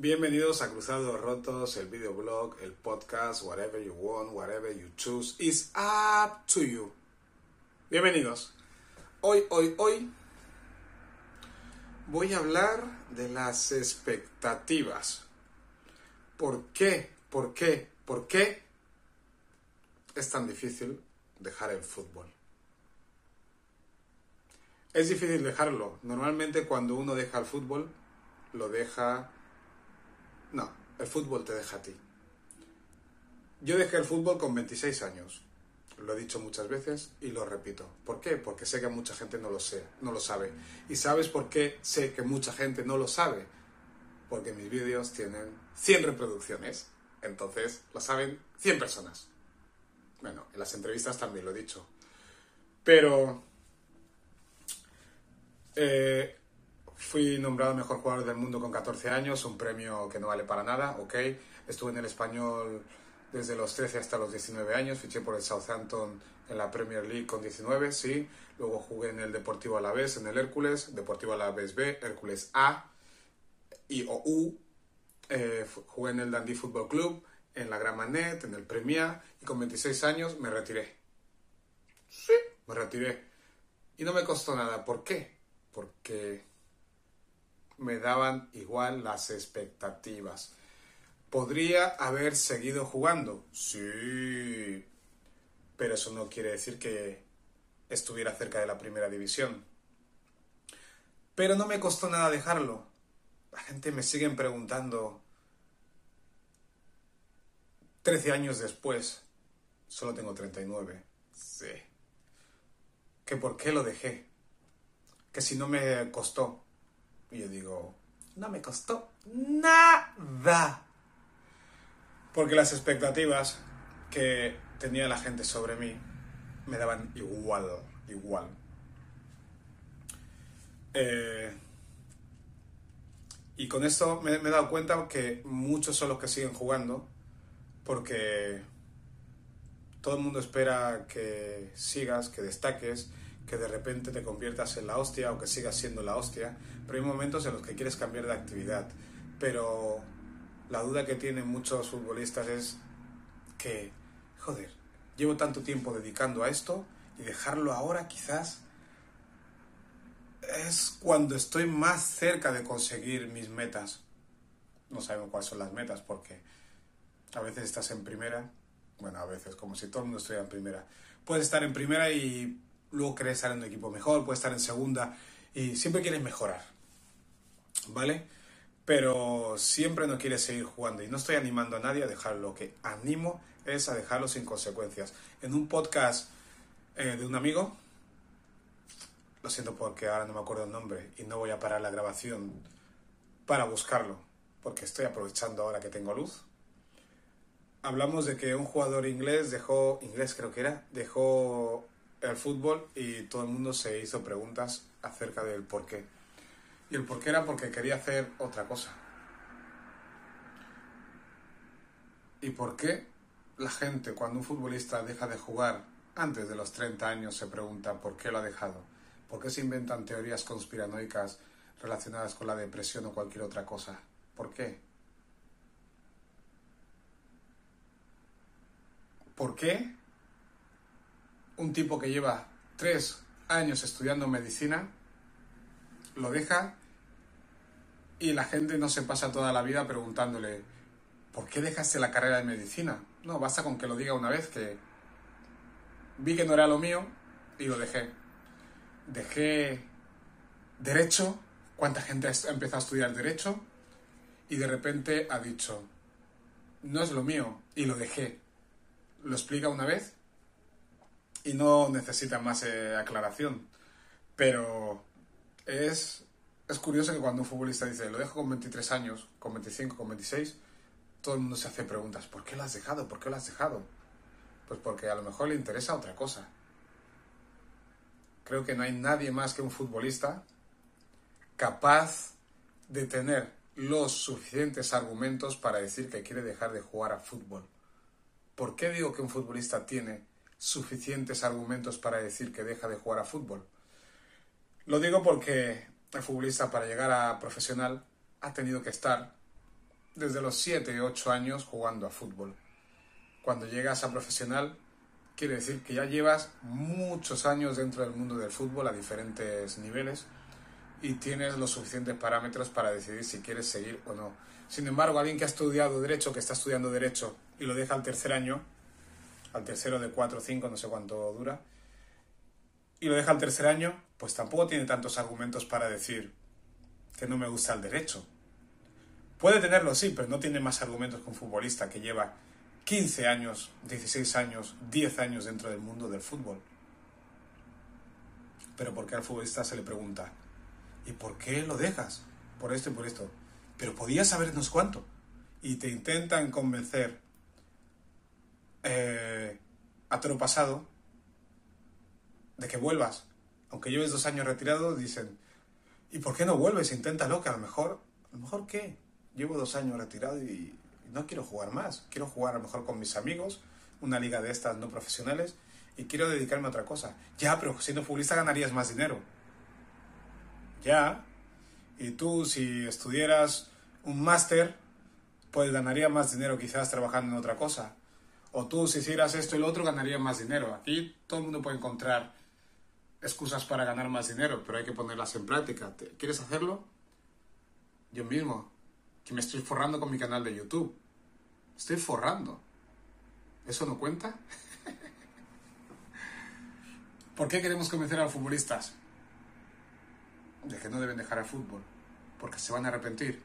Bienvenidos a Cruzados Rotos, el videoblog, el podcast, whatever you want, whatever you choose, is up to you. Bienvenidos. Hoy voy a hablar de las expectativas. ¿Por qué es tan difícil dejar el fútbol? Es difícil dejarlo. Normalmente cuando uno deja el fútbol, lo deja... No, el fútbol te deja a ti. Yo dejé el fútbol con 26 años. Lo he dicho muchas veces y lo repito. ¿Por qué? Porque sé que mucha gente no lo sabe. ¿Y sabes por qué sé que mucha gente no lo sabe? Porque mis vídeos tienen 100 reproducciones. Entonces lo saben 100 personas. Bueno, en las entrevistas también lo he dicho. Pero... fui nombrado mejor jugador del mundo con 14 años, un premio que no vale para nada, ok. Estuve en el Español desde los 13 hasta los 19 años, fiché por el Southampton en la Premier League con 19, sí. Luego jugué en el Deportivo Alavés, en el Hércules, Deportivo Alavés B, Hércules A y o U. Jugué en el Dundee Football Club, en la Gramenet, en el Premier, y con 26 años me retiré. Sí, me retiré. Y no me costó nada. ¿Por qué? Porque me daban igual las expectativas. ¿Podría haber seguido jugando? Sí, pero eso no quiere decir que estuviera cerca de la primera división. Pero no me costó nada dejarlo. La gente me sigue preguntando 13 años después. Solo tengo 39. Sí. ¿Que por qué lo dejé? Que si no me costó. Y yo digo, no me costó nada. Porque las expectativas que tenía la gente sobre mí me daban igual. Y con esto me he dado cuenta que muchos son los que siguen jugando porque todo el mundo espera que sigas, que destaques, que de repente te conviertas en la hostia o que sigas siendo la hostia, pero hay momentos en los que quieres cambiar de actividad. Pero la duda que tienen muchos futbolistas es que, joder, llevo tanto tiempo dedicando a esto y dejarlo ahora quizás es cuando estoy más cerca de conseguir mis metas. No sabemos cuáles son las metas porque a veces estás en primera, bueno, a veces, como si todo el mundo estuviera en primera. Puedes estar en primera y luego querés estar en un equipo mejor, puedes estar en segunda y siempre quieres mejorar, ¿vale? Pero siempre no quieres seguir jugando y no estoy animando a nadie a dejarlo. Lo que animo es a dejarlo sin consecuencias. En un podcast de un amigo, lo siento porque ahora no me acuerdo el nombre y no voy a parar la grabación para buscarlo porque estoy aprovechando ahora que tengo luz. Hablamos de que un jugador inglés dejó el fútbol y todo el mundo se hizo preguntas acerca del por qué. Y el por qué era porque quería hacer otra cosa. ¿Y por qué la gente, cuando un futbolista deja de jugar antes de los 30 años, se pregunta por qué lo ha dejado? ¿Por qué se inventan teorías conspiranoicas relacionadas con la depresión o cualquier otra cosa? ¿Por qué? ¿Por qué un tipo que lleva 3 años estudiando medicina lo deja y la gente no se pasa toda la vida preguntándole ¿por qué dejaste la carrera de medicina? No, basta con que lo diga una vez que vi que no era lo mío y lo dejé. Dejé derecho. ¿Cuánta gente ha empezado a estudiar derecho? Y de repente ha dicho no es lo mío y lo dejé. Lo explica una vez y no necesita más aclaración. Pero es curioso que cuando un futbolista dice lo dejo con 23 años, con 25, con 26, todo el mundo se hace preguntas. ¿Por qué lo has dejado? ¿Por qué lo has dejado? Pues porque a lo mejor le interesa otra cosa. Creo que no hay nadie más que un futbolista capaz de tener los suficientes argumentos para decir que quiere dejar de jugar a fútbol. ¿Por qué digo que un futbolista tiene suficientes argumentos para decir que deja de jugar a fútbol? Lo digo porque el futbolista, para llegar a profesional, ha tenido que estar desde los 7, 8 años jugando a fútbol. Cuando llegas a profesional, quiere decir que ya llevas muchos años dentro del mundo del fútbol a diferentes niveles y tienes los suficientes parámetros para decidir si quieres seguir o no. Sin embargo, alguien que ha estudiado Derecho, que está estudiando Derecho y lo deja al tercer año, al tercero de 4 o 5, no sé cuánto dura, y lo deja al tercer año, pues tampoco tiene tantos argumentos para decir que no me gusta el Derecho. Puede tenerlo, sí, pero no tiene más argumentos que un futbolista que lleva 15 años, 16 años, 10 años dentro del mundo del fútbol. Pero ¿por qué al futbolista se le pregunta? ¿Y por qué lo dejas? Por esto y por esto. Pero podías sabernos cuánto. Y te intentan convencer a toro pasado de que vuelvas. Aunque lleves 2 años retirado, dicen, ¿y por qué no vuelves? Inténtalo, que a lo mejor ¿qué? Llevo 2 años retirado y no quiero jugar más. Quiero jugar a lo mejor con mis amigos, una liga de estas no profesionales, y quiero dedicarme a otra cosa. Ya, pero siendo futbolista ganarías más dinero. Ya. Y tú, si estudiaras un máster, pues ganarías más dinero quizás trabajando en otra cosa. O tú, si hicieras esto y lo otro, ganarías más dinero. Aquí todo el mundo puede encontrar excusas para ganar más dinero, pero hay que ponerlas en práctica. ¿Quieres hacerlo? Yo mismo, que me estoy forrando con mi canal de YouTube. Estoy forrando. ¿Eso no cuenta? ¿Por qué queremos convencer a los futbolistas de que no deben dejar el fútbol? Porque se van a arrepentir.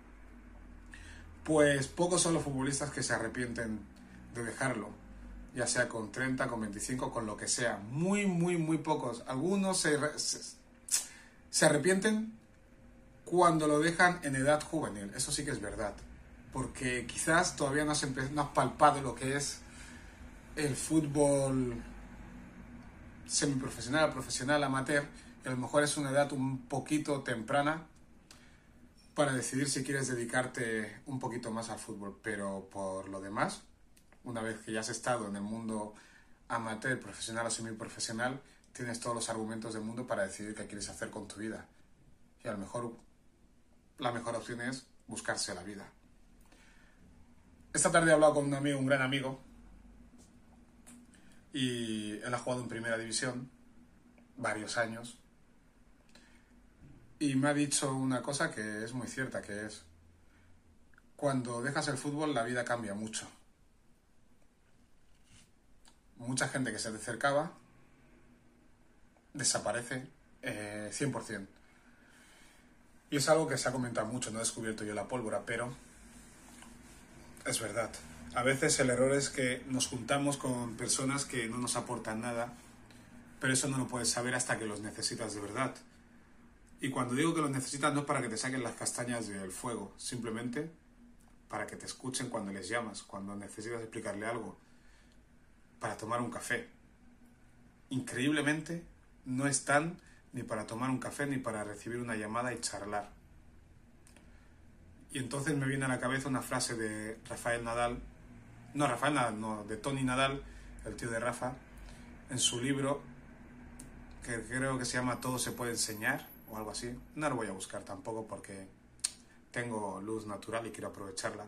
Pues pocos son los futbolistas que se arrepienten de dejarlo, ya sea con 30, con 25, con lo que sea. Muy, muy, muy pocos. Algunos se arrepienten cuando lo dejan en edad juvenil. Eso sí que es verdad. Porque quizás todavía no has palpado lo que es el fútbol semiprofesional, profesional, amateur. Y a lo mejor es una edad un poquito temprana para decidir si quieres dedicarte un poquito más al fútbol. Pero por lo demás, una vez que ya has estado en el mundo amateur, profesional o semiprofesional, tienes todos los argumentos del mundo para decidir qué quieres hacer con tu vida. Y a lo mejor la mejor opción es buscarse la vida. Esta tarde he hablado con un amigo, un gran amigo, y él ha jugado en primera división varios años, y me ha dicho una cosa que es muy cierta, que es: cuando dejas el fútbol la vida cambia mucho. Mucha gente que se te acercaba desaparece 100%. Y es algo que se ha comentado mucho, no he descubierto yo la pólvora, pero es verdad. A veces el error es que nos juntamos con personas que no nos aportan nada, pero eso no lo puedes saber hasta que los necesitas de verdad. Y cuando digo que los necesitas no es para que te saquen las castañas del fuego, simplemente para que te escuchen cuando les llamas, cuando necesitas explicarle algo, para tomar un café. Increíblemente no están ni para tomar un café ni para recibir una llamada y charlar. Y entonces me viene a la cabeza una frase de de Tony Nadal, el tío de Rafa, en su libro, que creo que se llama Todo se puede enseñar, o algo así. No lo voy a buscar tampoco porque tengo luz natural y quiero aprovecharla.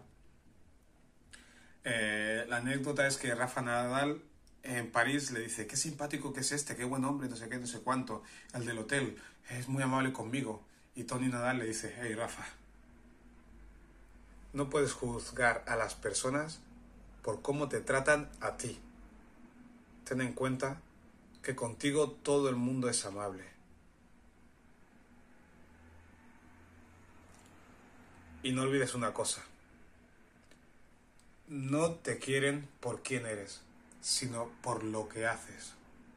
La anécdota es que Rafa Nadal en París le dice: qué simpático que es este, qué buen hombre, no sé qué, no sé cuánto, el del hotel, es muy amable conmigo. Y Tony Nadal le dice: hey Rafa, no puedes juzgar a las personas por cómo te tratan a ti. Ten en cuenta que contigo todo el mundo es amable. Y no olvides una cosa: no te quieren por quién eres, sino por lo que haces.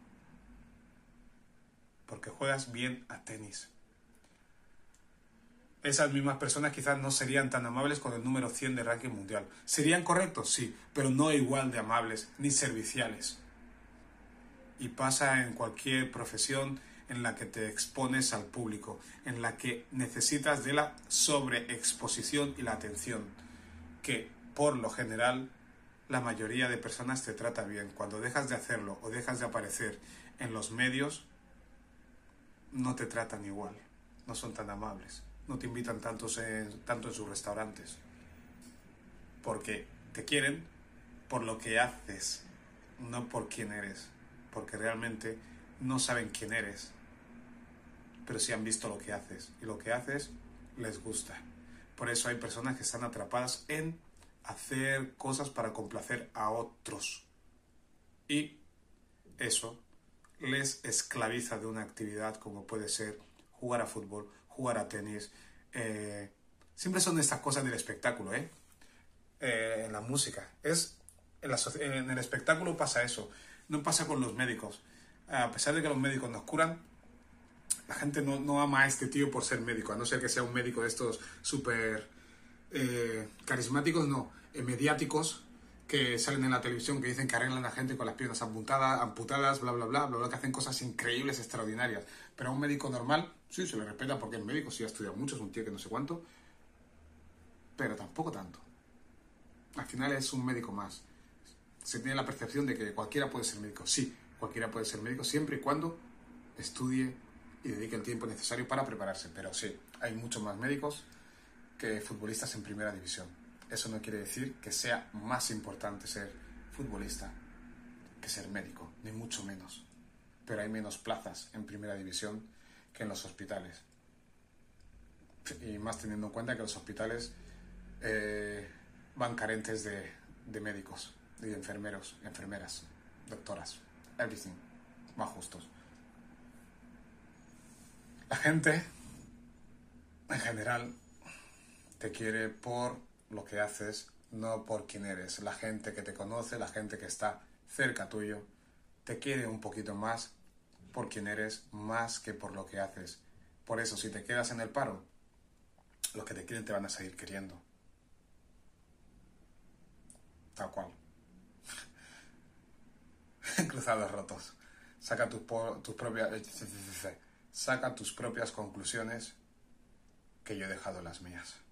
Porque juegas bien a tenis. Esas mismas personas quizás no serían tan amables con el número 100 de ranking mundial. ¿Serían correctos? Sí, pero no igual de amables ni serviciales. Y pasa en cualquier profesión en la que te expones al público, en la que necesitas de la sobreexposición y la atención, que por lo general la mayoría de personas te trata bien. Cuando dejas de hacerlo o dejas de aparecer en los medios, no te tratan igual, no son tan amables, no te invitan tanto en sus restaurantes. porque te quieren por lo que haces, no por quién eres, porque realmente no saben quién eres, pero sí han visto lo que haces, y lo que haces les gusta. Por eso hay personas que están atrapadas en hacer cosas para complacer a otros, y eso les esclaviza de una actividad como puede ser jugar a fútbol, jugar a tenis. Siempre son estas cosas del espectáculo, en la música. En el espectáculo pasa eso. No pasa con los médicos. A pesar de que los médicos nos curan, la gente no ama a este tío por ser médico, a no ser que sea un médico de estos súper carismáticos, no, mediáticos, que salen en la televisión, que dicen que arreglan a la gente con las piernas amputadas, bla, bla, bla, bla, bla, que hacen cosas increíbles, extraordinarias. Pero a un médico normal, sí, se le respeta porque es médico, sí ha estudiado mucho, es un tío que no sé cuánto, pero tampoco tanto. Al final es un médico más. Se tiene la percepción de que cualquiera puede ser médico. Sí, cualquiera puede ser médico siempre y cuando estudie y dedique el tiempo necesario para prepararse. Pero sí, hay muchos más médicos que futbolistas en primera división. Eso no quiere decir que sea más importante ser futbolista que ser médico, ni mucho menos. Pero hay menos plazas en primera división que en los hospitales. Y más teniendo en cuenta que los hospitales van carentes de médicos, y de enfermeros, enfermeras, doctoras, everything, más justos. La gente, en general, te quiere por lo que haces, no por quién eres. La gente que te conoce, la gente que está cerca tuyo, te quiere un poquito más por quién eres, más que por lo que haces. Por eso, si te quedas en el paro, los que te quieren te van a seguir queriendo. Tal cual. Cruzados rotos. Saca saca tus propias conclusiones, que yo he dejado las mías.